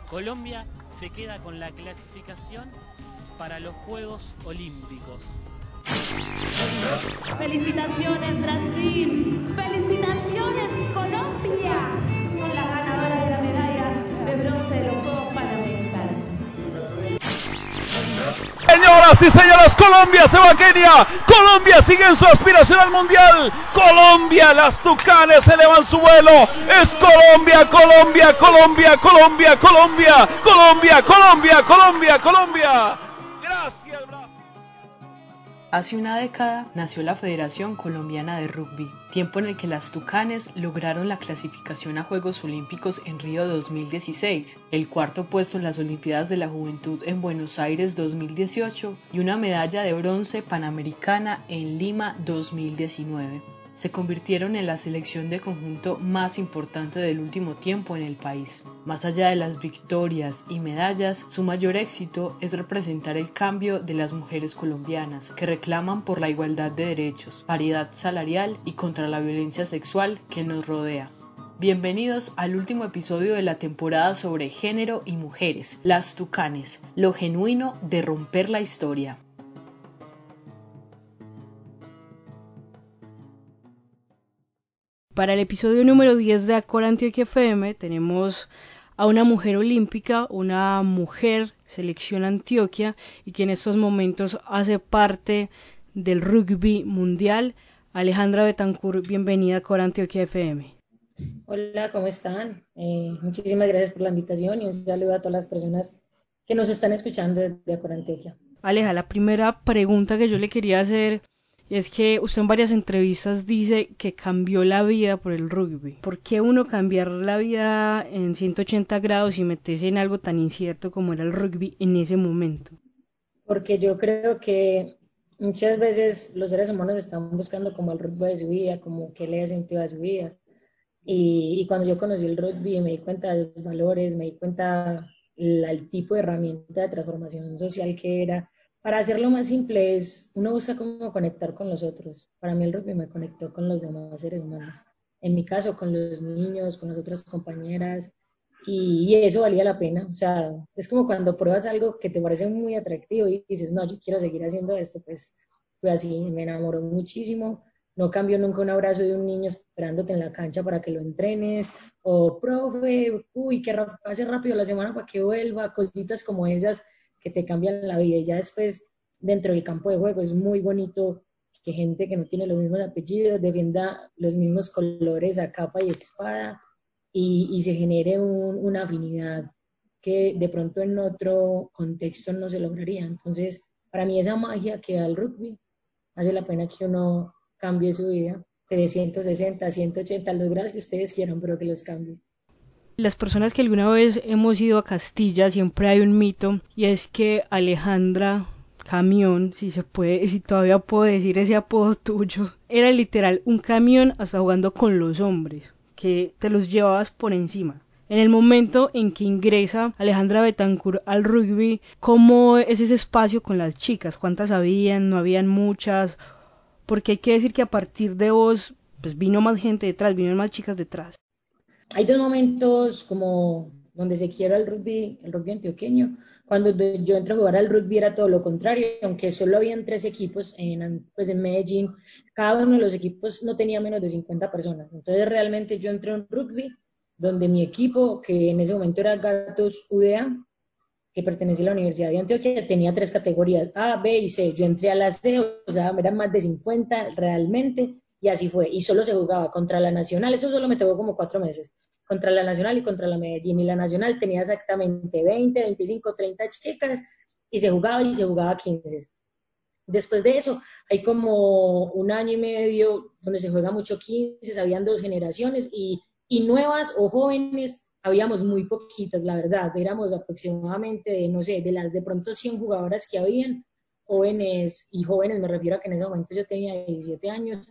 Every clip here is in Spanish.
Colombia se queda con la clasificación para los Juegos Olímpicos. ¡Felicitaciones, Brasil! ¡Felicitaciones, Colombia! Son las ganadoras de la medalla de bronce de los Juegos Panamericanos. Señoras y señores, Colombia se va a Kenia. Colombia sigue en su aspiración al mundial. Colombia, las Tucanes elevan su vuelo. Es Colombia, Colombia, Colombia, Colombia, Colombia, Colombia, Colombia, Colombia, Colombia. Gracias, Brasil. Hace una década nació la Federación Colombiana de Rugby, tiempo en el que las Tucanes lograron la clasificación a Juegos Olímpicos en Río 2016, el cuarto puesto en las Olimpiadas de la Juventud en Buenos Aires 2018 y una medalla de bronce panamericana en Lima 2019. Se convirtieron en la selección de conjunto más importante del último tiempo en el país. Más allá de las victorias y medallas, su mayor éxito es representar el cambio de las mujeres colombianas, que reclaman por la igualdad de derechos, paridad salarial y contra la violencia sexual que nos rodea. Bienvenidos al último episodio de la temporada sobre género y mujeres, las Tucanes, lo genuino de romper la historia. Para el episodio número 10 de Acor Antioquia FM tenemos a una mujer olímpica, una mujer selección Antioquia y que en estos momentos hace parte del rugby mundial. Alejandra Betancourt, bienvenida a Acor Antioquia FM. Hola, ¿cómo están? Muchísimas gracias por la invitación y un saludo a todas las personas que nos están escuchando de Acor Antioquia. Aleja, la primera pregunta que yo le quería hacer es que usted en varias entrevistas dice que cambió la vida por el rugby. ¿Por qué uno cambiar la vida en 180 grados y meterse en algo tan incierto como era el rugby en ese momento? Porque yo creo que muchas veces los seres humanos están buscando como el rugby de su vida, como qué le da sentido a su vida. Y cuando yo conocí el rugby me di cuenta de los valores, me di cuenta el tipo de herramienta de transformación social que era. Para hacerlo más simple es, uno busca cómo conectar con los otros. Para mí el rugby me conectó con los demás seres humanos. En mi caso, con los niños, con las otras compañeras, y eso valía la pena. O sea, es como cuando pruebas algo que te parece muy atractivo y dices, no, yo quiero seguir haciendo esto, pues fue así, me enamoró muchísimo. No cambió nunca un abrazo de un niño esperándote en la cancha para que lo entrenes, o profe, uy, que pase rápido la semana para que vuelva, cositas como esas que te cambian la vida. Y ya después, dentro del campo de juego, es muy bonito que gente que no tiene los mismos apellidos defienda los mismos colores a capa y espada y se genere una afinidad que de pronto en otro contexto no se lograría. Entonces, para mí esa magia que da el rugby hace la pena que uno cambie su vida de 160, 180, los grados que ustedes quieran, pero que los cambie. Las personas que alguna vez hemos ido a Castilla siempre hay un mito y es que Alejandra Camión, si se puede, si todavía puedo decir ese apodo tuyo, era literal un camión hasta jugando con los hombres, que te los llevabas por encima. En el momento en que ingresa Alejandra Betancourt al rugby, ¿cómo es ese espacio con las chicas? ¿Cuántas habían? ¿No habían muchas? Porque hay que decir que a partir de vos, pues vino más gente detrás, vino más chicas detrás. Hay dos momentos como donde se quiebra el rugby antioqueño. Cuando yo entré a jugar al rugby era todo lo contrario, aunque solo habían 3 equipos pues en Medellín, cada uno de los equipos no tenía menos de 50 personas. Entonces realmente yo entré a un rugby donde mi equipo, que en ese momento era Gatos UDA, que pertenecía a la Universidad de Antioquia, tenía 3 categorías, A, B y C. Yo entré a la C, o sea, eran más de 50 realmente, y así fue. Y solo se jugaba contra la Nacional, eso solo me tocó como 4 meses, contra la Nacional y contra la Medellín. Y la Nacional tenía exactamente 20, 25, 30 chicas, y se jugaba 15. Después de eso, hay como un año y medio donde se juega mucho 15, habían 2 generaciones y nuevas o jóvenes, habíamos muy poquitas, la verdad, éramos aproximadamente de, no sé, de las de pronto 100 jugadoras que habían, jóvenes, y jóvenes me refiero a que en ese momento yo tenía 17 años,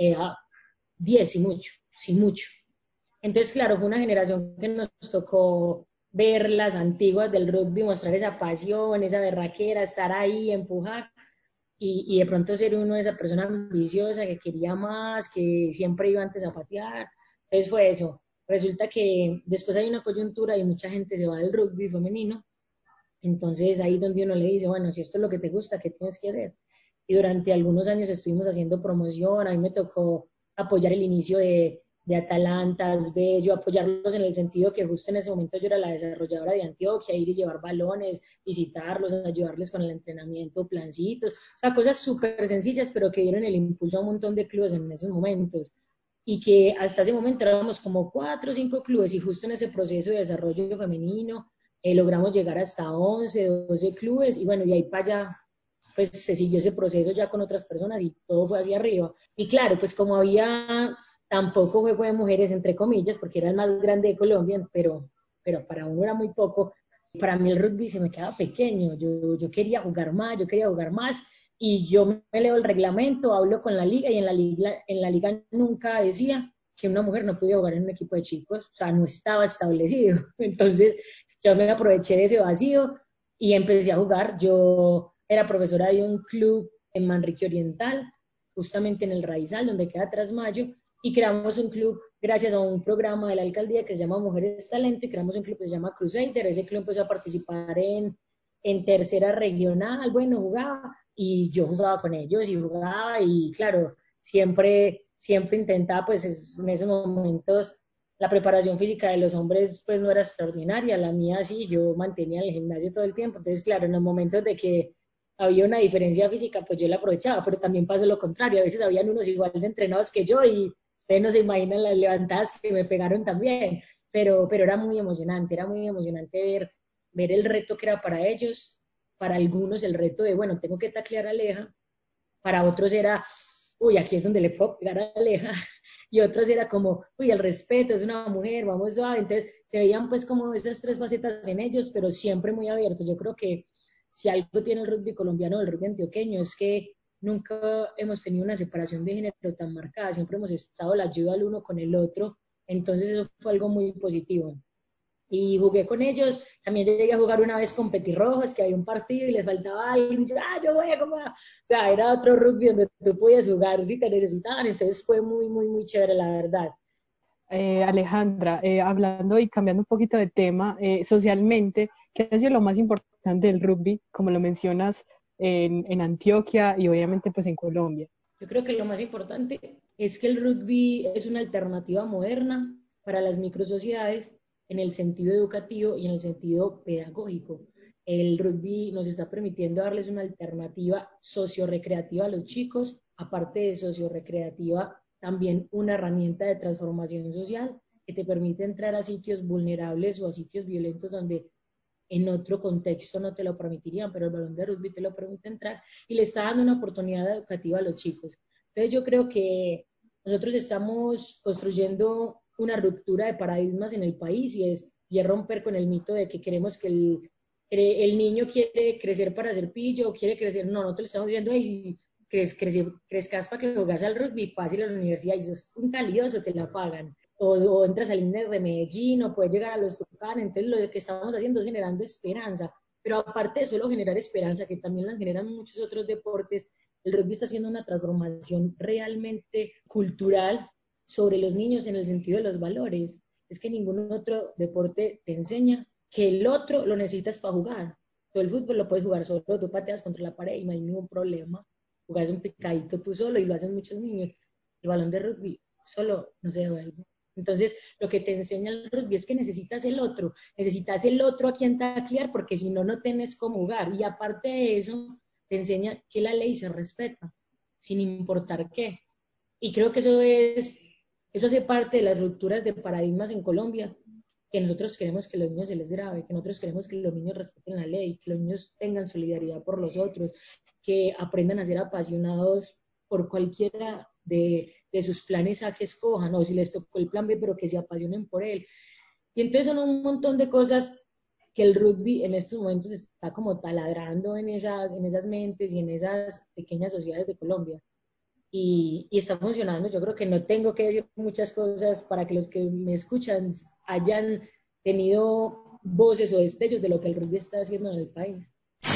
10 y mucho, sin mucho. Entonces, claro, fue una generación que nos tocó ver las antiguas del rugby, mostrar esa pasión, esa berraquera, estar ahí, empujar, y de pronto ser uno de esa persona ambiciosa que quería más, que siempre iba antes a patear. Entonces fue eso. Resulta que después hay una coyuntura y mucha gente se va del rugby femenino, entonces ahí donde uno le dice, bueno, si esto es lo que te gusta, ¿qué tienes que hacer? Y durante algunos años estuvimos haciendo promoción, a mí me tocó apoyar el inicio de Atalantas, Bello, apoyarlos en el sentido que justo en ese momento yo era la desarrolladora de Antioquia, ir y llevar balones, visitarlos, ayudarles con el entrenamiento, plancitos, o sea, cosas súper sencillas, pero que dieron el impulso a un montón de clubes en esos momentos. Y que hasta ese momento éramos como 4 o 5 clubes y justo en ese proceso de desarrollo femenino logramos llegar hasta 11, 12 clubes y bueno, y ahí para allá pues se siguió ese proceso ya con otras personas y todo fue hacia arriba. Y claro, pues como había tampoco juego de mujeres, entre comillas, porque era el más grande de Colombia, pero para uno era muy poco. Para mí el rugby se me quedaba pequeño, yo quería jugar más, yo quería jugar más, y yo me leo el reglamento, hablo con la liga, y en la liga nunca decía que una mujer no podía jugar en un equipo de chicos, o sea, no estaba establecido. Entonces yo me aproveché de ese vacío y empecé a jugar. Yo era profesora de un club en Manrique Oriental, justamente en el Raizal, donde queda Trasmayo, y creamos un club gracias a un programa de la alcaldía que se llama Mujeres Talento, y creamos un club que se llama Crusader. Ese club empezó a participar en tercera regional, bueno, jugaba, y yo jugaba con ellos, y jugaba, y claro, siempre intentaba, pues en esos momentos, la preparación física de los hombres, pues no era extraordinaria, la mía sí, yo mantenía el gimnasio todo el tiempo, entonces claro, en los momentos de que había una diferencia física, pues yo la aprovechaba, pero también pasó lo contrario, a veces habían unos igual de entrenados que yo, y ustedes no se imaginan las levantadas que me pegaron también, pero era muy emocionante ver el reto que era para ellos, para algunos el reto de, bueno, tengo que taclear a Aleja, para otros era, uy, aquí es donde le puedo pegar a Aleja, y otros era como, uy, el respeto, es una mujer, vamos suave, entonces se veían pues como esas tres facetas en ellos, pero siempre muy abiertos. Yo creo que si algo tiene el rugby colombiano, el rugby antioqueño, es que nunca hemos tenido una separación de género tan marcada, siempre hemos estado la ayuda al uno con el otro, entonces eso fue algo muy positivo. Y jugué con ellos, también llegué a jugar una vez con Petirrojos, que había un partido y les faltaba alguien, y yo juego, o sea, era otro rugby donde tú podías jugar si te necesitaban, entonces fue muy, muy, muy chévere, la verdad. Alejandra, hablando y cambiando un poquito de tema, socialmente, ¿qué ha sido lo más importante del rugby, como lo mencionas, en Antioquia y obviamente pues en Colombia? Yo creo que lo más importante es que el rugby es una alternativa moderna para las microsociedades en el sentido educativo y en el sentido pedagógico. El rugby nos está permitiendo darles una alternativa socio-recreativa a los chicos, aparte de socio-recreativa, también una herramienta de transformación social que te permite entrar a sitios vulnerables o a sitios violentos donde en otro contexto no te lo permitirían, pero el balón de rugby te lo permite entrar y le está dando una oportunidad educativa a los chicos. Entonces yo creo que nosotros estamos construyendo una ruptura de paradigmas en el país y es romper con el mito de que queremos que el niño quiere crecer para ser pillo, quiere crecer, no te lo estamos diciendo, hey, crezcas para que juegas al rugby, pase a la universidad y eso es un calidoso, te la pagan. O entras al INER de Medellín o puedes llegar a los Tucanes, entonces lo que estamos haciendo es generando esperanza, pero aparte de solo generar esperanza, que también la generan muchos otros deportes, el rugby está haciendo una transformación realmente cultural sobre los niños en el sentido de los valores. Es que ningún otro deporte te enseña que el otro lo necesitas para jugar. Todo el fútbol lo puedes jugar solo, tú pateas contra la pared y no hay ningún problema. Jugas un picadito tú solo y lo hacen muchos niños. El balón de rugby solo no se devuelve. Entonces, lo que te enseña el rugby es que necesitas el otro a quien taclear, porque si no, no tienes cómo jugar. Y aparte de eso, te enseña que la ley se respeta, sin importar qué. Y creo que eso hace parte de las rupturas de paradigmas en Colombia, que nosotros queremos que los niños se les grabe, que nosotros queremos que los niños respeten la ley, que los niños tengan solidaridad por los otros, que aprendan a ser apasionados por cualquiera de sus planes A que escojan, o si les tocó el plan B, pero que se apasionen por él. Y entonces son un montón de cosas que el rugby en estos momentos está como taladrando en esas mentes y en esas pequeñas sociedades de Colombia. Y está funcionando. Yo creo que no tengo que decir muchas cosas para que los que me escuchan hayan tenido voces o destellos de lo que el rugby está haciendo en el país.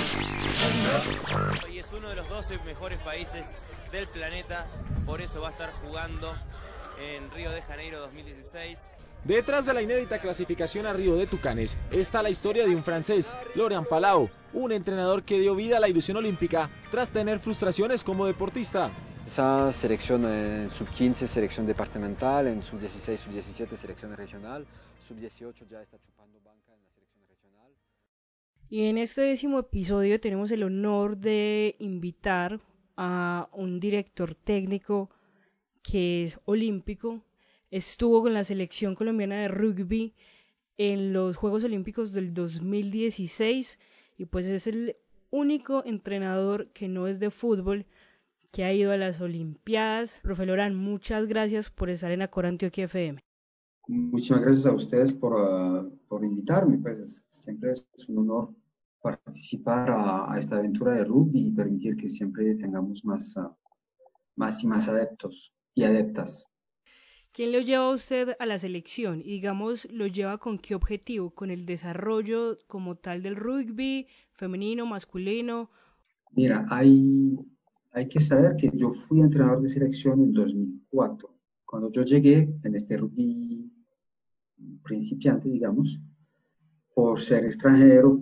Y es uno de los 12 mejores países del planeta, por eso va a estar jugando en Río de Janeiro 2016 Detrás de la inédita clasificación a Río de Tucanes está la historia de un francés, Laurent Palau, un entrenador que dio vida a la ilusión olímpica tras tener frustraciones como deportista. Esa selección en sub-15, selección departamental, en sub-16, sub-17, selección regional, sub-18 ya está chupando banca en la selección regional. Y en este 10º episodio tenemos el honor de invitar a un director técnico que es olímpico. Estuvo con la selección colombiana de rugby en los Juegos Olímpicos del 2016 y pues es el único entrenador que no es de fútbol que ha ido a las Olimpiadas. Profe Lorán, muchas gracias por estar en Acor Antioquia FM. Muchísimas gracias a ustedes por invitarme, pues siempre es un honor participar a esta aventura de rugby y permitir que siempre tengamos más y más adeptos y adeptas. ¿Quién lo lleva a usted a la selección? Y digamos, ¿lo lleva con qué objetivo? ¿Con el desarrollo como tal del rugby, femenino, masculino? Mira, hay que saber que yo fui entrenador de selección en 2004. Cuando yo llegué en este rugby principiante, digamos, por ser extranjero,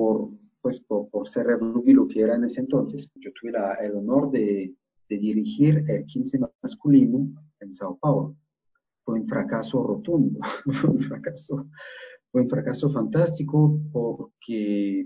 por ser el rugby lo que era en ese entonces, yo tuve el honor de dirigir el 15 masculino en Sao Paulo. Fue un fracaso rotundo, fue un fracaso fantástico porque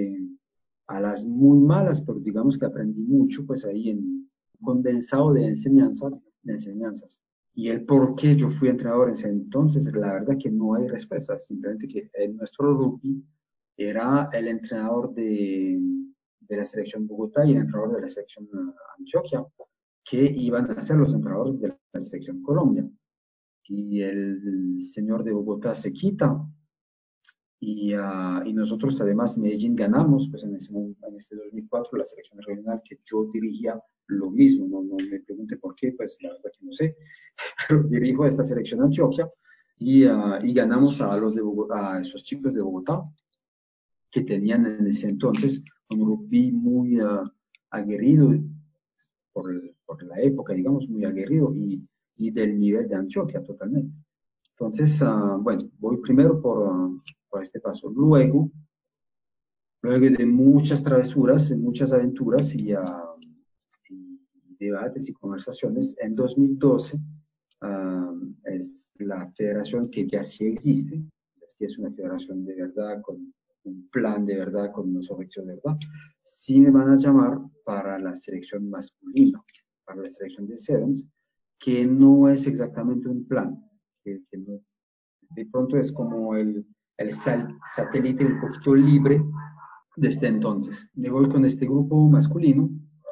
a las muy malas, pero digamos que aprendí mucho, pues ahí en condensado de enseñanzas. Y el por qué yo fui entrenador en ese entonces, la verdad que no hay respuesta, simplemente que en nuestro rugby era el entrenador de la selección Bogotá y el entrenador de la selección Antioquia, que iban a ser los entrenadores de la selección Colombia. Y el señor de Bogotá se quita y nosotros además Medellín ganamos pues en este 2004 la selección regional que yo dirigía lo mismo, no me pregunte por qué, pues la verdad que no sé, pero dirijo a esta selección Antioquia y ganamos a esos chicos de Bogotá que tenían en ese entonces un rugby muy aguerrido por la época, digamos, muy aguerrido y del nivel de Antioquia totalmente. Entonces, bueno, voy primero por este paso. Luego de muchas travesuras, muchas aventuras y debates y conversaciones, en 2012 es la federación que ya sí existe, sí es una federación de verdad, con un plan de verdad, con unos objetivos de verdad, sí me van a llamar para la selección masculina, para la selección de Sevens, que no es exactamente un plan, que no, de pronto es como el satélite un poquito libre desde entonces. Me voy con este grupo masculino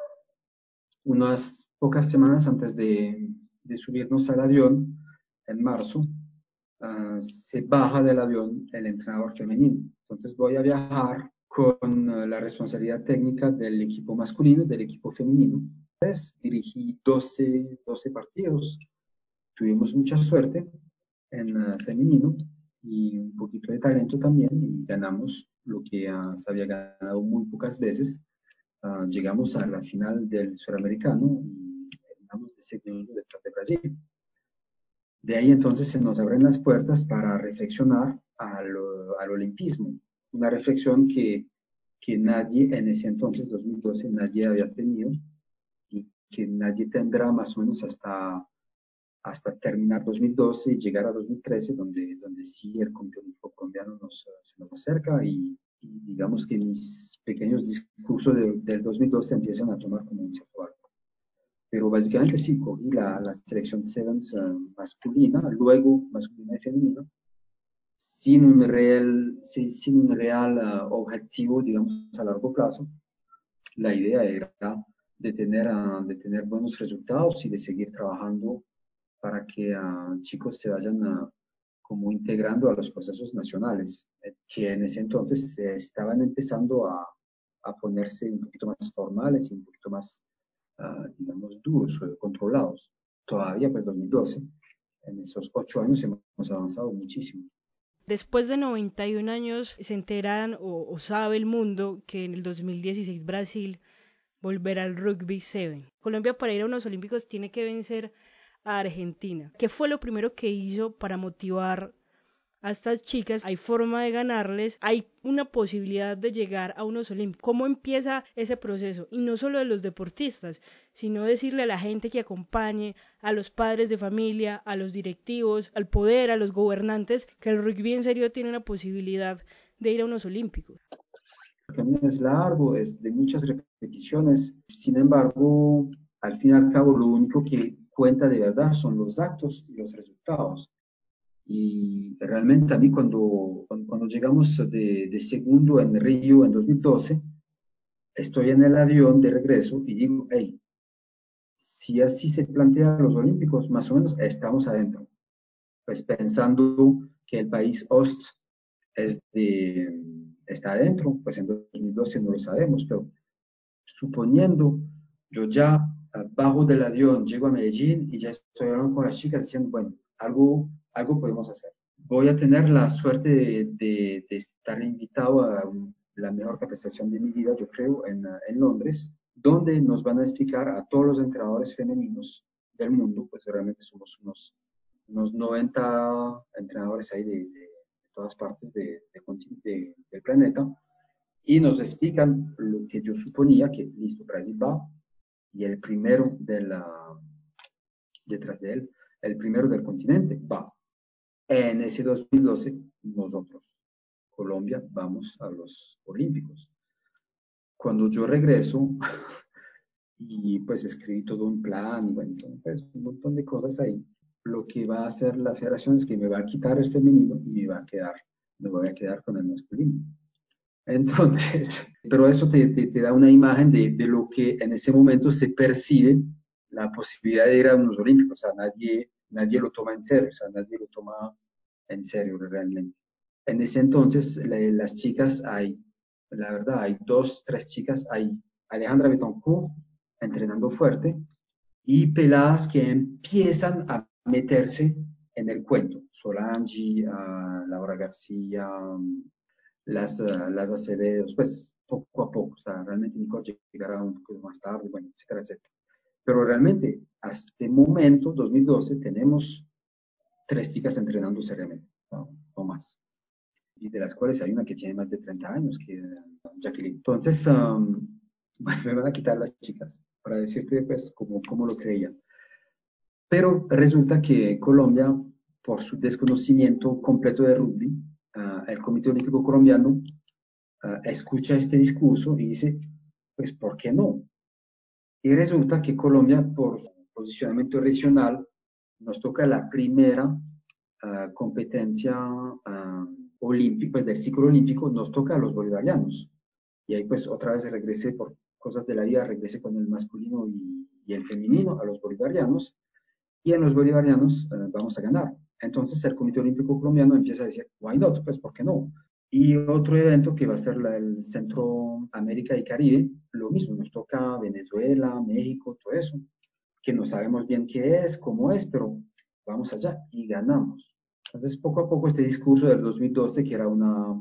unas pocas semanas antes de subirnos al avión en marzo. Se baja del avión el entrenador femenino. Entonces voy a viajar con la responsabilidad técnica del equipo masculino, del equipo femenino. Dirigí 12 partidos. Tuvimos mucha suerte en femenino y un poquito de talento también y ganamos lo que se había ganado muy pocas veces. Llegamos a la final del Suramericano y terminamos de segundo detrás de Brasil. De ahí entonces se nos abren las puertas para reflexionar al olimpismo, una reflexión que nadie en ese entonces, 2012, nadie había tenido y que nadie tendrá más o menos hasta terminar 2012 y llegar a 2013, donde sí el campeonato colombiano se nos acerca y digamos que mis pequeños discursos del 2012 empiezan a tomar como un cierto arco. Pero básicamente sí, cogí la selección Sevens masculina, luego masculina y femenina, sin un real objetivo, digamos, a largo plazo. La idea era de tener buenos resultados y de seguir trabajando para que chicos se vayan como integrando a los procesos nacionales, que en ese entonces estaban empezando a ponerse un poquito más formales y un poquito más, digamos, duros, controlados. Todavía, pues, 2012, en esos 8 años hemos avanzado muchísimo. Después de 91 años se enteran o sabe el mundo que en el 2016 Brasil volverá al rugby 7. Colombia para ir a unos olímpicos tiene que vencer a Argentina. ¿Qué fue lo primero que hizo para motivar a estas chicas? ¿Hay forma de ganarles? ¿Hay una posibilidad de llegar a unos Olímpicos? ¿Cómo empieza ese proceso? Y no solo de los deportistas, sino decirle a la gente que acompañe, a los padres de familia, a los directivos, al poder, a los gobernantes, que el rugby en serio tiene una posibilidad de ir a unos Olímpicos. El camino es largo, es de muchas repeticiones. Sin embargo, al fin y al cabo, lo único que cuenta de verdad son los actos y los resultados. Y realmente a mí cuando llegamos de segundo en Río en 2012, estoy en el avión de regreso y digo, hey, si así se plantean los Olímpicos, más o menos estamos adentro. Pues pensando que el país host está adentro, pues en 2012 no lo sabemos, pero suponiendo, yo ya bajo del avión, llego a Medellín y ya estoy hablando con las chicas diciendo, bueno, algo podemos hacer. Voy a tener la suerte de estar invitado a la mejor capacitación de mi vida, yo creo, en Londres, donde nos van a explicar a todos los entrenadores femeninos del mundo, pues realmente somos unos 90 entrenadores ahí de todas partes del planeta, y nos explican lo que yo suponía que, listo, Brasil va, y el primero detrás de él, el primero del continente va. En ese 2012, nosotros, Colombia, vamos a los Olímpicos. Cuando yo regreso, y pues escribí todo un plan, y bueno, pues un montón de cosas ahí, lo que va a hacer la federación es que me va a quitar el femenino y me voy a quedar con el masculino. Entonces, pero eso te da una imagen de lo que en ese momento se percibe la posibilidad de ir a unos Olímpicos. O sea, nadie lo toma en serio, o sea, nadie lo toma en serio realmente. En ese entonces, las chicas la verdad, hay 2, 3 chicas, hay Alejandra Betancourt entrenando fuerte y peladas que empiezan a meterse en el cuento. Solange, Laura García, las Acevedos, pues poco a poco, o sea, realmente Nicole llegará un poco más tarde, bueno, etcétera, etcétera. Pero realmente, hasta el momento, 2012, tenemos 3 chicas entrenando seriamente, no más. Y de las cuales hay una que tiene más de 30 años, que Jacqueline. Entonces, bueno, me van a quitar las chicas, para decirte, pues, cómo lo creían. Pero resulta que Colombia, por su desconocimiento completo de rugby, el Comité Olímpico Colombiano escucha este discurso y dice, pues, ¿por qué no? Y resulta que Colombia, por posicionamiento regional, nos toca la primera competencia olímpica, pues del ciclo olímpico, nos toca a los bolivarianos. Y ahí pues otra vez regresé por cosas de la vida, regresé con el masculino y el femenino a los bolivarianos, y en los bolivarianos vamos a ganar. Entonces el Comité Olímpico Colombiano empieza a decir, why not? Pues, ¿por qué no? Y otro evento que va a ser el Centroamérica y Caribe, lo mismo, nos toca Venezuela, México, todo eso, que no sabemos bien qué es, cómo es, pero vamos allá y ganamos. Entonces, poco a poco este discurso del 2012, que era una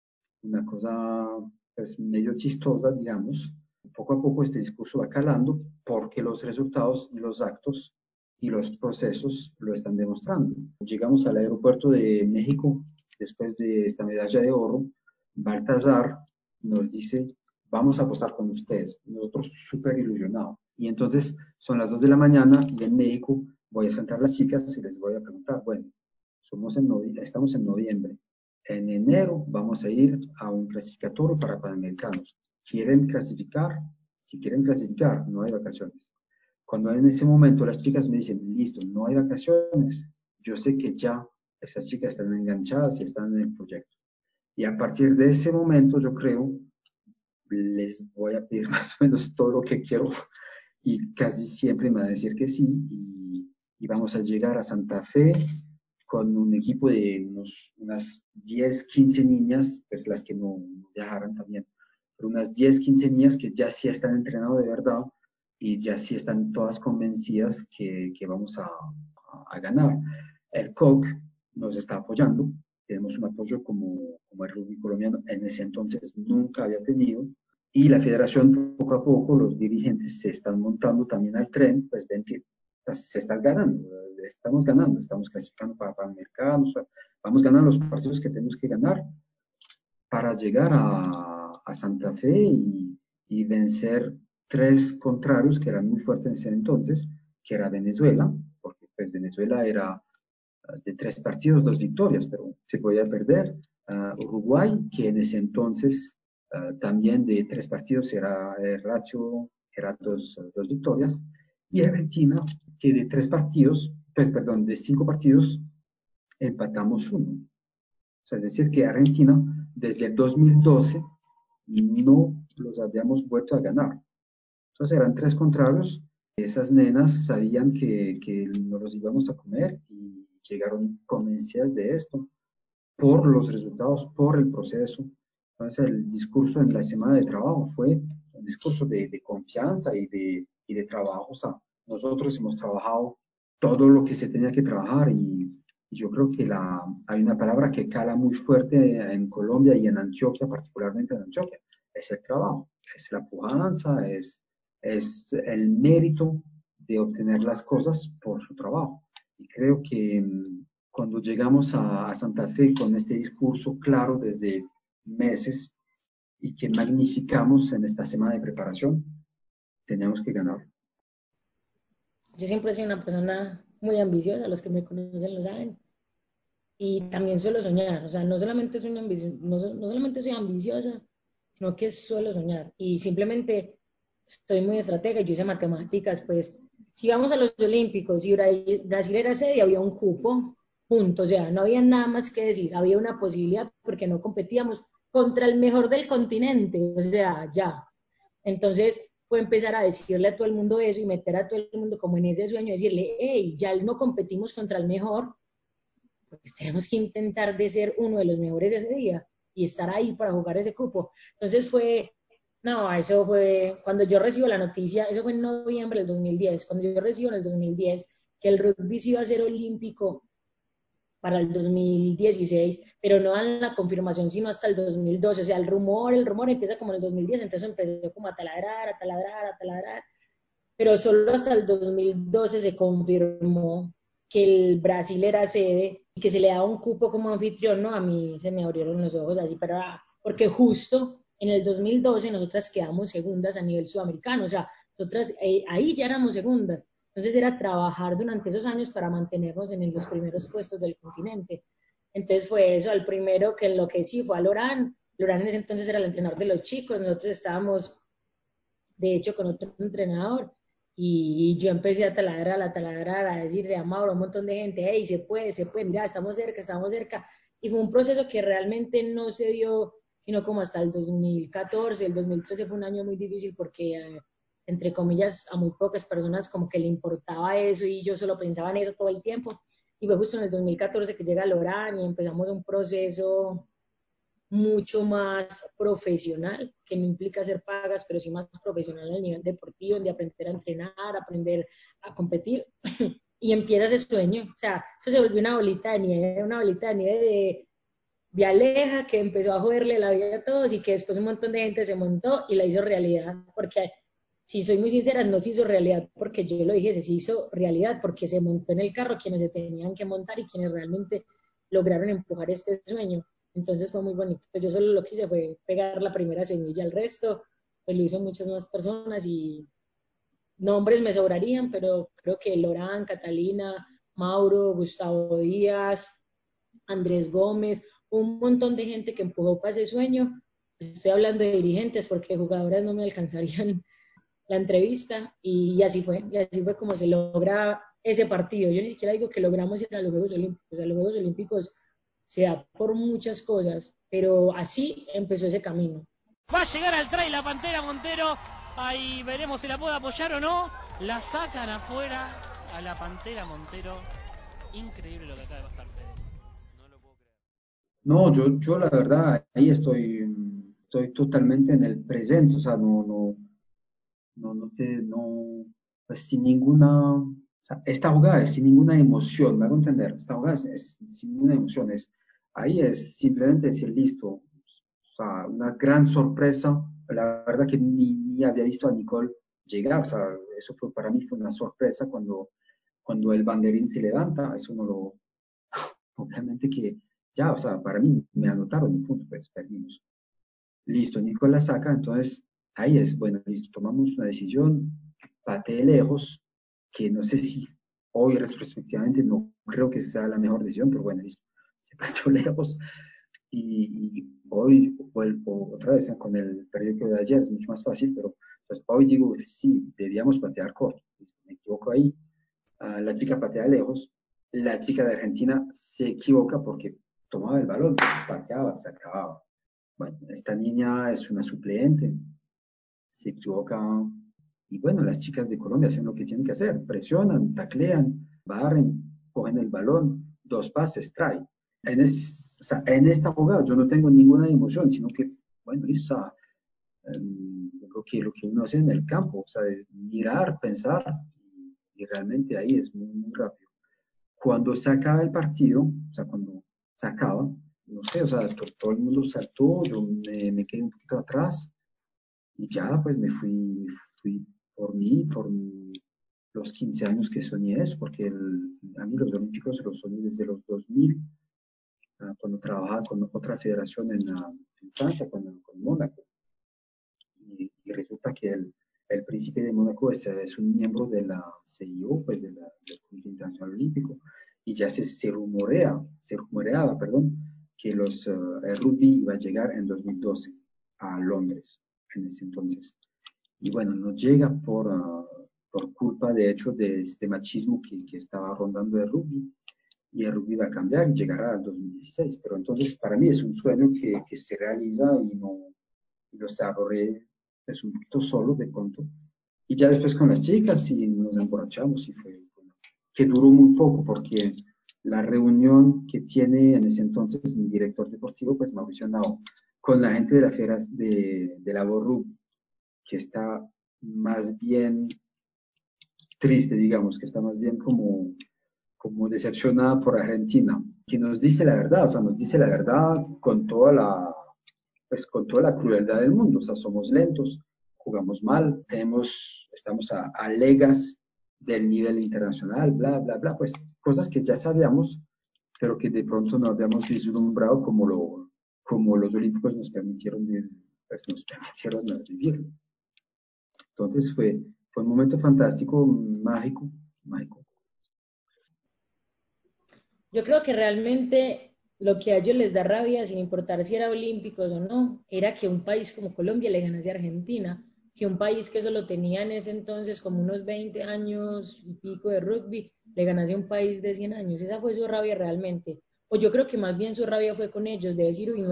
cosa pues, medio chistosa, digamos, poco a poco este discurso va calando porque los resultados y los actos y los procesos lo están demostrando. Llegamos al aeropuerto de México después de esta medalla de oro. Baltasar nos dice, vamos a apostar con ustedes. Nosotros súper ilusionados. Y entonces son las 2 de la mañana y en México voy a sentar a las chicas y les voy a preguntar, bueno, estamos en noviembre. En enero vamos a ir a un clasificatorio para Panamericanos. ¿Quieren clasificar? Si quieren clasificar, no hay vacaciones. Cuando en ese momento las chicas me dicen, listo, no hay vacaciones, yo sé que ya esas chicas están enganchadas y están en el proyecto. Y a partir de ese momento, yo creo, les voy a pedir más o menos todo lo que quiero y casi siempre me van a decir que sí y vamos a llegar a Santa Fe con un equipo de unas 10, 15 niñas, pues las que no viajaran también, pero unas 10, 15 niñas que ya sí están entrenadas de verdad y ya sí están todas convencidas que vamos a ganar. El COC nos está apoyando, tenemos un apoyo como el rugby colombiano en ese entonces nunca había tenido, y la federación poco a poco, los dirigentes se están montando también al tren, pues ven que se está ganando, estamos clasificando para el mercado, o sea, vamos ganando los partidos que tenemos que ganar para llegar a Santa Fe y vencer tres contrarios que eran muy fuertes en ese entonces, que era Venezuela, porque pues Venezuela era de 3 partidos, 2 victorias, pero se podía perder. Uruguay, que en ese entonces también de 3 partidos era el ratio, era dos victorias. Y Argentina, que de 3 partidos, pues perdón, de 5 partidos, empatamos uno. O sea, es decir, que Argentina desde el 2012 no los habíamos vuelto a ganar. Entonces eran 3 contrarios. Esas nenas sabían que nos los íbamos a comer y llegaron convencidas de esto por los resultados, por el proceso. Entonces el discurso en la semana de trabajo fue un discurso de confianza y de trabajo. O sea, nosotros hemos trabajado todo lo que se tenía que trabajar y yo creo que hay una palabra que cala muy fuerte en Colombia y en Antioquia, particularmente en Antioquia, es el trabajo, es la pujanza, es el mérito de obtener las cosas por su trabajo. Y creo que cuando llegamos a Santa Fe con este discurso claro desde meses y que magnificamos en esta semana de preparación, teníamos que ganar. Yo siempre he sido una persona muy ambiciosa, los que me conocen lo saben, y también suelo soñar, o sea, no solamente soy, no solamente soy ambiciosa, sino que suelo soñar, y simplemente estoy muy estratega, yo hice matemáticas, pues, si vamos a los Olímpicos y Brasil era sede, había un cupo, punto, o sea, no había nada más que decir, había una posibilidad porque no competíamos contra el mejor del continente, o sea, ya. Entonces fue empezar a decirle a todo el mundo eso y meter a todo el mundo como en ese sueño, decirle, hey, ya no competimos contra el mejor, pues tenemos que intentar de ser uno de los mejores ese día y estar ahí para jugar ese cupo. Entonces no, eso fue, cuando yo recibo la noticia, eso fue en noviembre del 2010, cuando yo recibo en el 2010 que el rugby se iba a ser olímpico para el 2016, pero no dan la confirmación sino hasta el 2012, o sea, el rumor empieza como en el 2010, entonces empezó como a taladrar, a taladrar, a taladrar, pero solo hasta el 2012 se confirmó que el Brasil era sede y que se le daba un cupo como anfitrión, ¿no? A mí se me abrieron los ojos así, porque justo en el 2012 nosotras quedamos segundas a nivel sudamericano, o sea, nosotras ahí ya éramos segundas, entonces era trabajar durante esos años para mantenernos en los primeros puestos del continente. Entonces fue eso, al primero que enloquecí fue a Lorán en ese entonces era el entrenador de los chicos, nosotros estábamos de hecho con otro entrenador y yo empecé a taladrar, a decirle a Mauro, a un montón de gente, hey, se puede, mira, estamos cerca. Y fue un proceso que realmente no se dio, sino como hasta el 2014, el 2013 fue un año muy difícil porque, entre comillas, a muy pocas personas como que le importaba eso y yo solo pensaba en eso todo el tiempo. Y fue justo en el 2014 que llega Lorán y empezamos un proceso mucho más profesional, que no implica hacer pagas, pero sí más profesional al nivel deportivo, de aprender a entrenar, aprender a competir, y empieza ese sueño, o sea, eso se volvió una bolita de nieve de Aleja, que empezó a joderle la vida a todos, y que después un montón de gente se montó y la hizo realidad, porque si soy muy sincera, no se hizo realidad porque yo lo dije, se hizo realidad porque se montó en el carro quienes se tenían que montar y quienes realmente lograron empujar este sueño. Entonces fue muy bonito. Pues yo solo lo que hice fue pegar la primera semilla, al resto pues lo hizo muchas más personas y nombres me sobrarían, pero creo que Lorán, Catalina, Mauro, Gustavo Díaz, Andrés Gómez, un montón de gente que empujó para ese sueño. Estoy hablando de dirigentes porque jugadoras no me alcanzarían la entrevista y así fue como se logra ese partido. Yo ni siquiera digo que logramos ir a los Juegos Olímpicos, a los Juegos Olímpicos se da por muchas cosas, pero así empezó ese camino. Va a llegar al try la Pantera Montero, ahí veremos si la puede apoyar o no, la sacan afuera a la Pantera Montero, increíble lo que acaba de pasar, Fede. No lo puedo creer. No, yo la verdad, ahí estoy totalmente en el presente, o sea, pues sin ninguna, o sea, esta jugada es sin ninguna emoción, me hago entender, esta jugada es sin ninguna emoción, ahí es simplemente decir listo, o sea, una gran sorpresa, la verdad que ni había visto a Nicole llegar, o sea, eso para mí fue una sorpresa cuando cuando el banderín se levanta, eso no lo, obviamente que ya, o sea, para mí me anotaron un punto, pues perdimos. Listo, Nicolás saca, entonces ahí es, bueno, listo, tomamos una decisión, pateé lejos, que no sé si hoy retrospectivamente no creo que sea la mejor decisión, pero bueno, listo, se pateó lejos y hoy vuelvo otra vez con el periódico de ayer, es mucho más fácil, pero pues, hoy digo, sí, debíamos patear corto, me equivoco ahí, la chica patea lejos, la chica de Argentina se equivoca porque tomaba el balón, pateaba, se acababa. Bueno, esta niña es una suplente, se equivoca y bueno, las chicas de Colombia hacen lo que tienen que hacer, presionan, taclean, barren, cogen el balón, 2 pases, trae. O sea, en esta jugada yo no tengo ninguna emoción, sino que, bueno, listo, o sea, lo que uno hace en el campo, o sea, mirar, pensar, y realmente ahí es muy, muy rápido. Cuando se acaba el partido, o sea, cuando se acaba, no sé, o sea, todo el mundo saltó, yo me quedé un poquito atrás y ya, pues fui por mí, los 15 años que soñé eso, porque a mí los Olímpicos los soñé desde los 2000, cuando trabajaba con otra federación en Francia, con Mónaco. Y resulta que el príncipe de Mónaco es un miembro de la CIO, pues del Comité Internacional Olímpico, y ya se rumoreaba, perdón, que el rugby iba a llegar en 2012 a Londres, en ese entonces. Y bueno, no llega por culpa, de hecho, de este machismo que estaba rondando el rugby, y el rugby va a cambiar y llegará al 2016. Pero entonces, para mí es un sueño que se realiza y lo saboreé pues, un poquito solo de pronto. Y ya después con las chicas y nos emborrachamos y fue, bueno, que duró muy poco porque la reunión que tiene en ese entonces mi director deportivo, pues Mauricio Nao, con la gente de la de la Rugby, que está más bien triste, digamos, que está más bien como decepcionada por Argentina, que nos dice la verdad, o sea, nos dice la verdad pues con toda la crueldad del mundo, o sea, somos lentos, jugamos mal, estamos a legas del nivel internacional, bla, bla, bla, pues cosas que ya sabíamos, pero que de pronto no habíamos vislumbrado como los olímpicos nos permitieron vivir. Entonces fue un momento fantástico, mágico, mágico. Yo creo que realmente lo que a ellos les da rabia, sin importar si era olímpicos o no, era que un país como Colombia le ganase a Argentina, que un país que solo tenía en ese entonces como unos 20 años y pico de rugby, le ganase a un país de 100 años. Esa fue su rabia realmente. O yo creo que más bien su rabia fue con ellos, de decir, uy,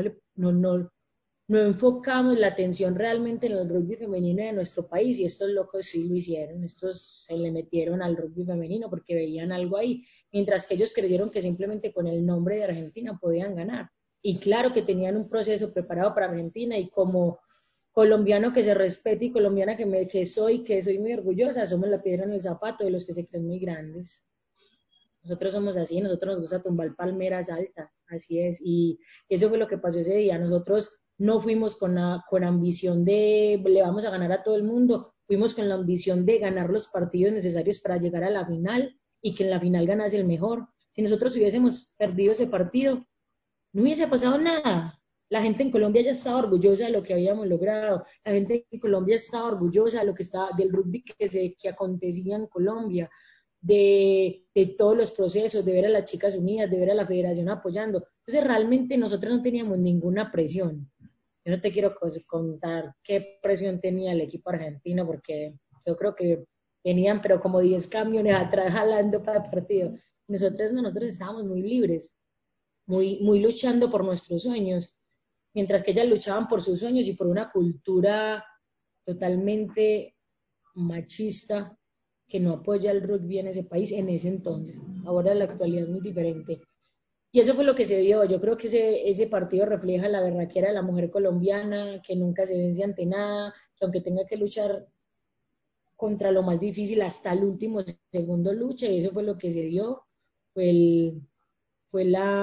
no enfocamos la atención realmente en el rugby femenino de nuestro país y estos locos sí lo hicieron, estos se le metieron al rugby femenino porque veían algo ahí, mientras que ellos creyeron que simplemente con el nombre de Argentina podían ganar. Y claro que tenían un proceso preparado para Argentina y como colombiano que se respete y colombiana que soy muy orgullosa, somos la piedra en el zapato de los que se creen muy grandes. Nosotros somos así, nosotros nos gusta tumbar palmeras altas, así es, y eso fue lo que pasó ese día. Nosotros no fuimos con ambición de le vamos a ganar a todo el mundo, fuimos con la ambición de ganar los partidos necesarios para llegar a la final y que en la final ganase el mejor. Si nosotros hubiésemos perdido ese partido, no hubiese pasado nada. La gente en Colombia ya estaba orgullosa de lo que habíamos logrado. La gente en Colombia estaba orgullosa de lo que estaba, del rugby que acontecía en Colombia, de todos los procesos, de ver a las chicas unidas, de ver a la federación apoyando. Entonces realmente nosotros no teníamos ninguna presión. Yo no te quiero contar qué presión tenía el equipo argentino, porque yo creo que tenían, pero como 10 camiones atrás jalando para el partido. Nosotros estábamos muy libres, muy luchando por nuestros sueños, mientras que ellas luchaban por sus sueños y por una cultura totalmente machista que no apoya el rugby en ese país en ese entonces. Ahora la actualidad es muy diferente. Y eso fue lo que se dio. Yo creo que ese partido refleja la berraquera de la mujer colombiana, que nunca se vence ante nada, que aunque tenga que luchar contra lo más difícil hasta el último segundo lucha, y eso fue lo que se dio. Fue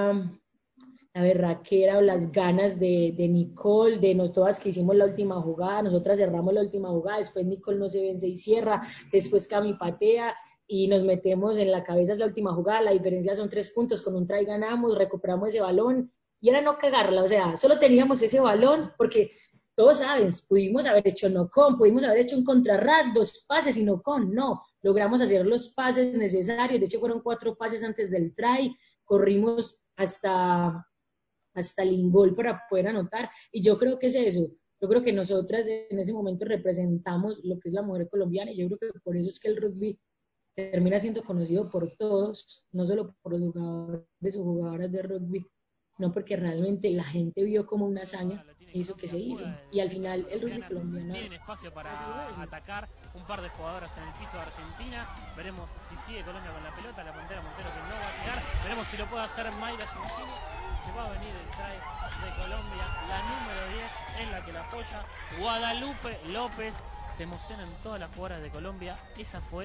la berraquera o las ganas de Nicole, de todas que hicimos la última jugada, nosotras cerramos la última jugada, después Nicole no se vence y cierra, después Cami patea y nos metemos en la cabeza, es la última jugada, la diferencia son 3 puntos, con un try ganamos, recuperamos ese balón, y era no cagarla, o sea, solo teníamos ese balón, porque todos saben, pudimos haber hecho no-con, pudimos haber hecho un contrarrat, 2 pases y no-con, no, logramos hacer los pases necesarios, de hecho fueron 4 pases antes del try, corrimos hasta el ingol para poder anotar, y yo creo que es eso, yo creo que nosotras en ese momento representamos lo que es la mujer colombiana, y yo creo que por eso es que el rugby termina siendo conocido por todos, no solo por los jugadores o jugadoras de rugby, sino porque realmente la gente vio como una hazaña eso que se hizo. Y al final el rugby colombiano tiene espacio para atacar, un par de jugadoras en el piso de Argentina, veremos si sigue Colombia con la pelota, la Pantera Montero que no va a llegar, veremos si lo puede hacer Mayra Giuncini, se va a venir el try de Colombia, la número 10 en la que la apoya Guadalupe López, se emocionan todas las jugadoras de Colombia, esa fue,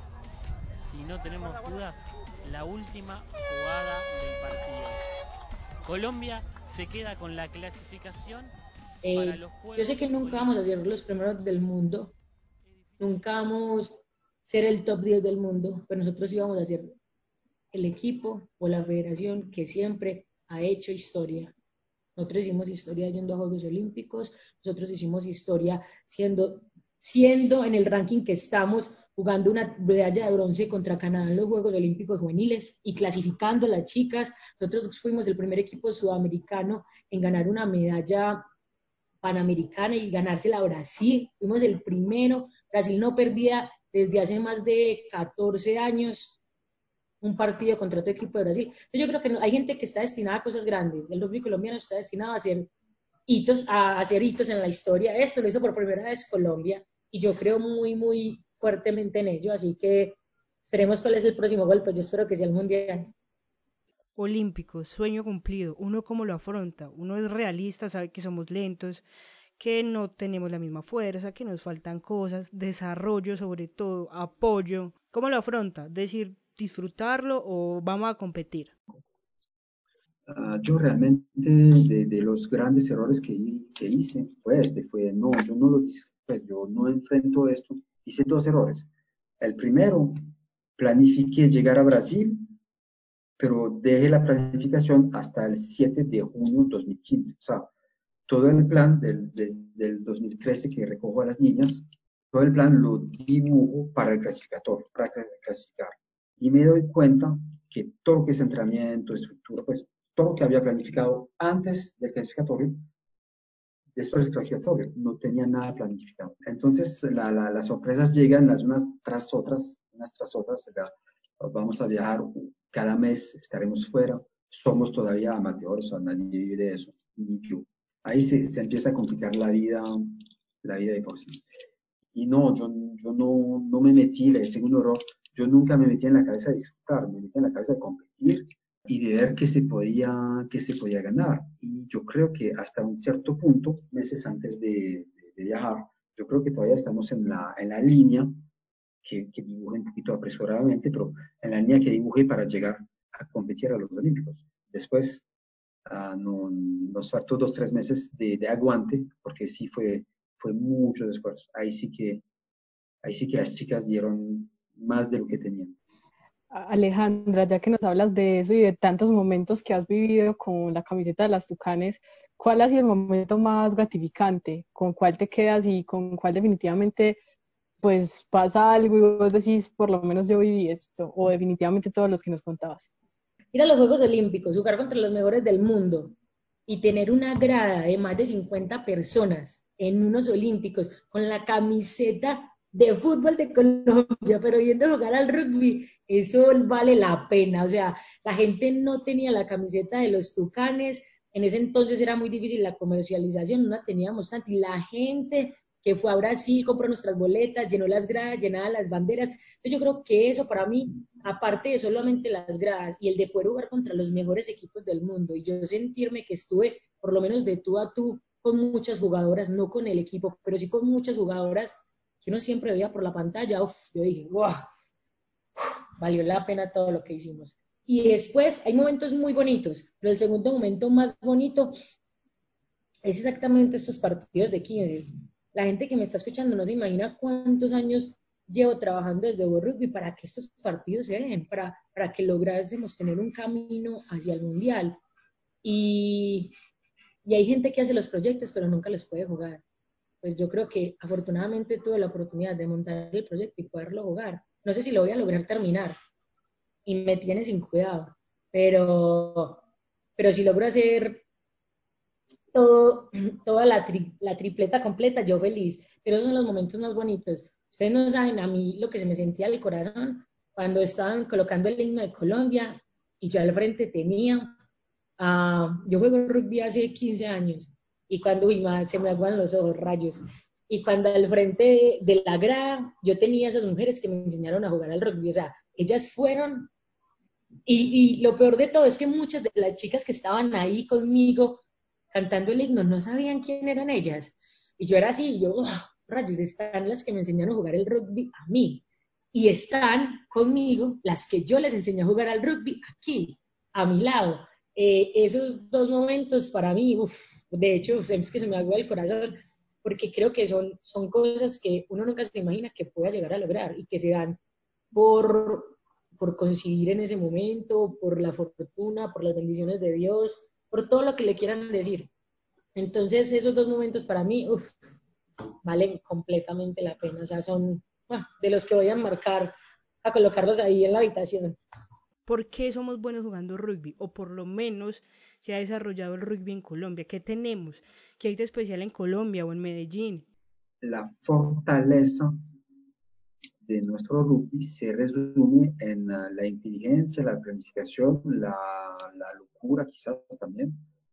si no tenemos dudas, la última jugada del partido. Colombia se queda con la clasificación para los Juegos. Yo sé que nunca vamos a ser los primeros del mundo, nunca vamos a ser el top 10 del mundo, pero nosotros sí vamos a ser el equipo o la federación que siempre ha hecho historia. Nosotros hicimos historia yendo a Juegos Olímpicos, nosotros hicimos historia siendo en el ranking que estamos, jugando una medalla de bronce contra Canadá en los Juegos Olímpicos Juveniles y clasificando a las chicas. Nosotros fuimos el primer equipo sudamericano en ganar una medalla panamericana y ganársela a Brasil. Fuimos el primero. Brasil no perdía desde hace más de 14 años un partido contra otro equipo de Brasil. Yo creo que hay gente que está destinada a cosas grandes. El rugby colombiano está destinado a hacer hitos en la historia. Esto lo hizo por primera vez Colombia y yo creo muy, muy fuertemente en ello. Así que esperemos cuál es el próximo golpe. Yo espero que sea el Mundial. Olímpico, sueño cumplido. Uno cómo lo afronta. Uno es realista, sabe que somos lentos, que no tenemos la misma fuerza, que nos faltan cosas, desarrollo sobre todo, apoyo. ¿Cómo lo afronta? Decir, disfrutarlo o vamos a competir. Yo realmente de los grandes errores que hice no, yo no lo pues yo no enfrento esto. Hice 2 errores. El primero, planifiqué llegar a Brasil, pero dejé la planificación hasta el 7 de junio de 2015. O sea, todo el plan del 2013 que recojo a las niñas, todo el plan lo dibujo para el clasificatorio, para clasificar. Y me doy cuenta que todo lo que es entrenamiento, estructura, pues todo lo que había planificado antes del clasificatorio, después del clasificatorio, no tenía nada planificado. Entonces, las sorpresas llegan unas tras otras. Vamos a viajar cada mes, estaremos fuera, somos todavía amateurs, o sea, nadie vive de eso, ni yo. Ahí se empieza a complicar la vida de por sí. Y no, yo no me metí, el segundo error, yo nunca me metí en la cabeza de disfrutar, me metí en la cabeza de competir y de ver qué se podía ganar. Y yo creo que hasta un cierto punto, meses antes de viajar, yo creo que todavía estamos en la línea que dibujé un poquito apresuradamente, pero en la línea que dibujé para llegar a competir a los Olímpicos. Después nos faltó 2-3 meses de aguante, porque sí fue mucho esfuerzo. Ahí sí que las chicas dieron más de lo que tenían. Alejandra, ya que nos hablas de eso y de tantos momentos que has vivido con la camiseta de las Tucanes, ¿cuál ha sido el momento más gratificante? ¿Con cuál te quedas y con cuál definitivamente pues pasa algo y vos decís, por lo menos yo viví esto, o definitivamente todos los que nos contabas? Ir a los Juegos Olímpicos, jugar contra los mejores del mundo y tener una grada de más de 50 personas en unos Olímpicos con la camiseta de fútbol de Colombia, pero yendo a jugar al rugby, eso vale la pena. O sea, la gente no tenía la camiseta de los Tucanes, en ese entonces era muy difícil la comercialización, no la teníamos tanto, y la gente que fue a Brasil, compró nuestras boletas, llenó las gradas, llenaba las banderas. Entonces yo creo que eso para mí, aparte de solamente las gradas y el de poder jugar contra los mejores equipos del mundo y yo sentirme que estuve por lo menos de tú a tú con muchas jugadoras, no con el equipo, pero sí con muchas jugadoras que uno siempre veía por la pantalla, yo dije, wow, valió la pena todo lo que hicimos. Y después hay momentos muy bonitos, pero el segundo momento más bonito es exactamente estos partidos de 15. La gente que me está escuchando no se imagina cuántos años llevo trabajando desde World Rugby para que estos partidos se den, para que lográsemos tener un camino hacia el Mundial. Y hay gente que hace los proyectos, pero nunca los puede jugar. Pues yo creo que afortunadamente tuve la oportunidad de montar el proyecto y poderlo jugar. No sé si lo voy a lograr terminar y me tiene sin cuidado, pero si logro hacer toda la tripleta completa, yo feliz. Pero esos son los momentos más bonitos. Ustedes no saben a mí lo que se me sentía al corazón cuando estaban colocando el himno de Colombia y yo al frente tenía, yo juego rugby hace 15 años y cuando se me aguan los ojos, rayos. Y cuando al frente de la grada yo tenía esas mujeres que me enseñaron a jugar al rugby, o sea, ellas fueron, y lo peor de todo es que muchas de las chicas que estaban ahí conmigo cantando el himno no sabían quién eran ellas. Y yo era así, yo, rayos, están las que me enseñaron a jugar el rugby a mí. Y están conmigo las que yo les enseñé a jugar al rugby aquí, a mi lado. Esos dos momentos para mí, de hecho, es que se me agua el corazón, porque creo que son cosas que uno nunca se imagina que pueda llegar a lograr y que se dan por coincidir en ese momento, por la fortuna, por las bendiciones de Dios, por todo lo que le quieran decir. Entonces, esos dos momentos para mí, valen completamente la pena. O sea, son de los que voy a marcar, a colocarlos ahí en la habitación. ¿Por qué somos buenos jugando rugby? O por lo menos se ha desarrollado el rugby en Colombia. ¿Qué tenemos? ¿Qué hay de especial en Colombia o en Medellín? La fortaleza de nuestro rugby se resume en la inteligencia, la planificación, la locura quizás también,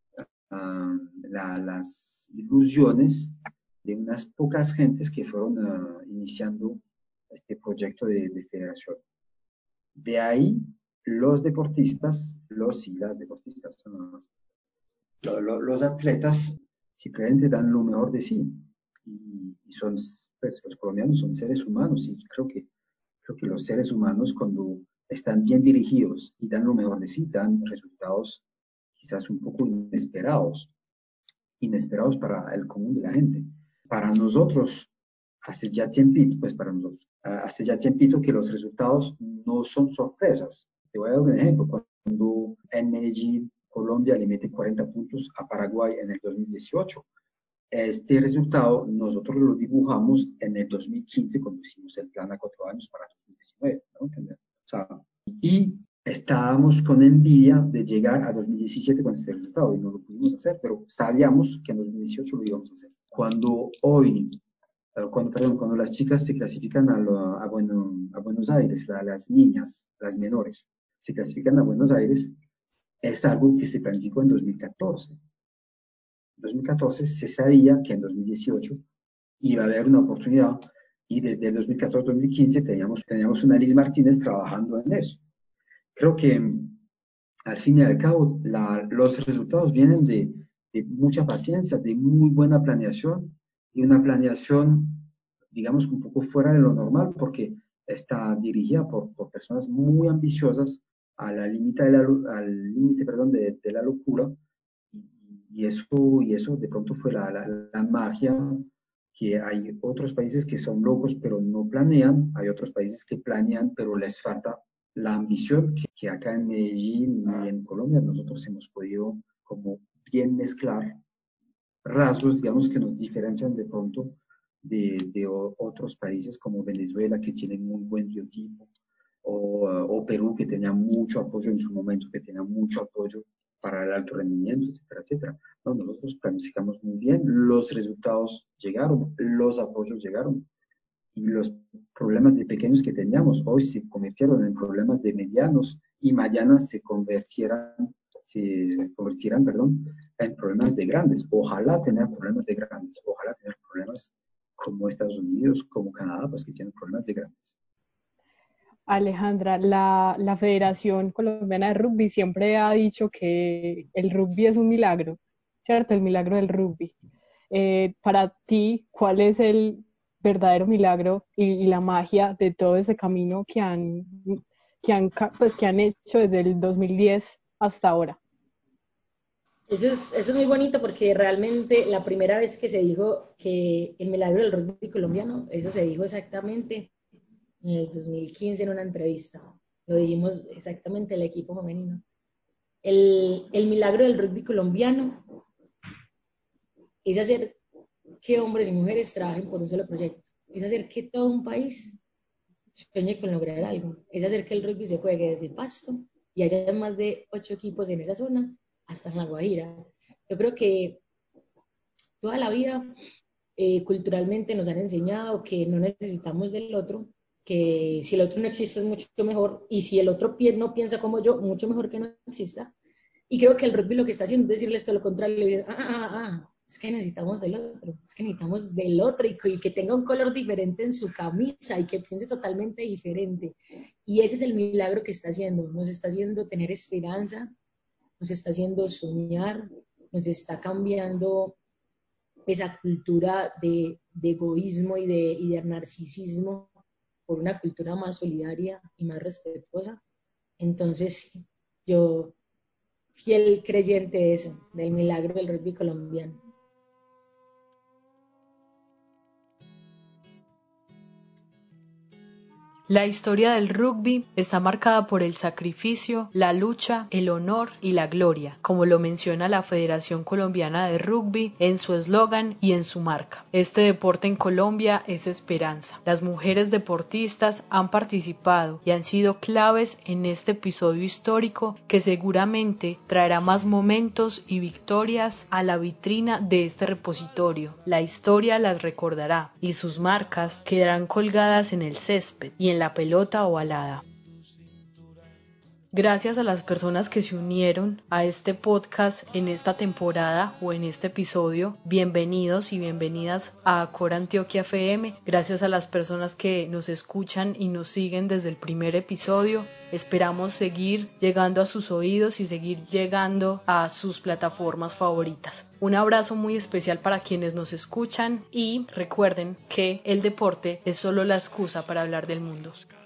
las ilusiones de unas pocas gentes que fueron iniciando este proyecto de federación. De ahí los deportistas, los y las deportistas, los atletas simplemente dan lo mejor de sí. Y son, pues, los colombianos son seres humanos y creo que los seres humanos cuando están bien dirigidos y dan lo mejor de sí, dan resultados quizás un poco inesperados para el común de la gente. Para nosotros, hace ya tiempito, pues para nosotros, hace ya tiempito que los resultados no son sorpresas. Te voy a dar un ejemplo. Cuando en Medellín, Colombia le mete 40 puntos a Paraguay en el 2018. Este resultado nosotros lo dibujamos en el 2015 cuando hicimos el plan a 4 años para 2019, ¿no? O sea, y estábamos con envidia de llegar a 2017 con este resultado y no lo pudimos hacer, pero sabíamos que en 2018 lo íbamos a hacer. Cuando las chicas se clasifican a Buenos Aires, las niñas, las menores, se clasifican a Buenos Aires, es algo que se planificó en 2014. En 2014 se sabía que en 2018 iba a haber una oportunidad y desde el 2014-2015 teníamos una Liz Martínez trabajando en eso. Creo que al fin y al cabo los resultados vienen de mucha paciencia, de muy buena planeación y una planeación, digamos, un poco fuera de lo normal porque está dirigida por personas muy ambiciosas al límite de la locura y eso de pronto fue la magia, que hay otros países que son locos pero no planean, hay otros países que planean pero les falta la ambición que acá en Medellín y en Colombia nosotros hemos podido como bien mezclar rasgos, digamos, que nos diferencian de pronto de otros países como Venezuela, que tienen muy buen biotipo, o Perú, que tenía mucho apoyo en su momento, que tenía mucho apoyo para el alto rendimiento, etcétera, etcétera. No, nosotros planificamos muy bien, los resultados llegaron, los apoyos llegaron, y los problemas de pequeños que teníamos hoy se convirtieron en problemas de medianos y mañana se convertirán, en problemas de grandes. Ojalá tener problemas de grandes, ojalá tener problemas como Estados Unidos, como Canadá, pues que tienen problemas de grandes. Alejandra, la Federación Colombiana de Rugby siempre ha dicho que el rugby es un milagro, ¿cierto? El milagro del rugby. Para ti, ¿cuál es el verdadero milagro y la magia de todo ese camino que han hecho desde el 2010 hasta ahora? Eso es muy bonito porque realmente la primera vez que se dijo que el milagro del rugby colombiano, eso se dijo exactamente en el 2015 en una entrevista. Lo dijimos exactamente el equipo femenino. El milagro del rugby colombiano es hacer que hombres y mujeres trabajen por un solo proyecto. Es hacer que todo un país sueñe con lograr algo. Es hacer que el rugby se juegue desde Pasto y haya más de 8 equipos en esa zona hasta en La Guajira. Yo creo que toda la vida culturalmente nos han enseñado que no necesitamos del otro, que si el otro no existe es mucho mejor, y si el otro no piensa como yo, mucho mejor que no exista. Y creo que el rugby lo que está haciendo es decirles todo lo contrario, es que necesitamos del otro, es que necesitamos del otro y que tenga un color diferente en su camisa y que piense totalmente diferente. Y ese es el milagro que está haciendo, nos está haciendo tener esperanza, nos está haciendo soñar, nos está cambiando esa cultura de egoísmo y de narcisismo por una cultura más solidaria y más respetuosa. Entonces, yo, fiel creyente de eso, del milagro del rugby colombiano. La historia del rugby está marcada por el sacrificio, la lucha, el honor y la gloria, como lo menciona la Federación Colombiana de Rugby en su eslogan y en su marca. Este deporte en Colombia es esperanza. Las mujeres deportistas han participado y han sido claves en este episodio histórico que seguramente traerá más momentos y victorias a la vitrina de este repositorio. La historia las recordará y sus marcas quedarán colgadas en el césped y en la pelota ovalada. Gracias a las personas que se unieron a este podcast en esta temporada o en este episodio. Bienvenidos y bienvenidas a Acora Antioquia FM. Gracias a las personas que nos escuchan y nos siguen desde el primer episodio. Esperamos seguir llegando a sus oídos y seguir llegando a sus plataformas favoritas. Un abrazo muy especial para quienes nos escuchan y recuerden que el deporte es solo la excusa para hablar del mundo.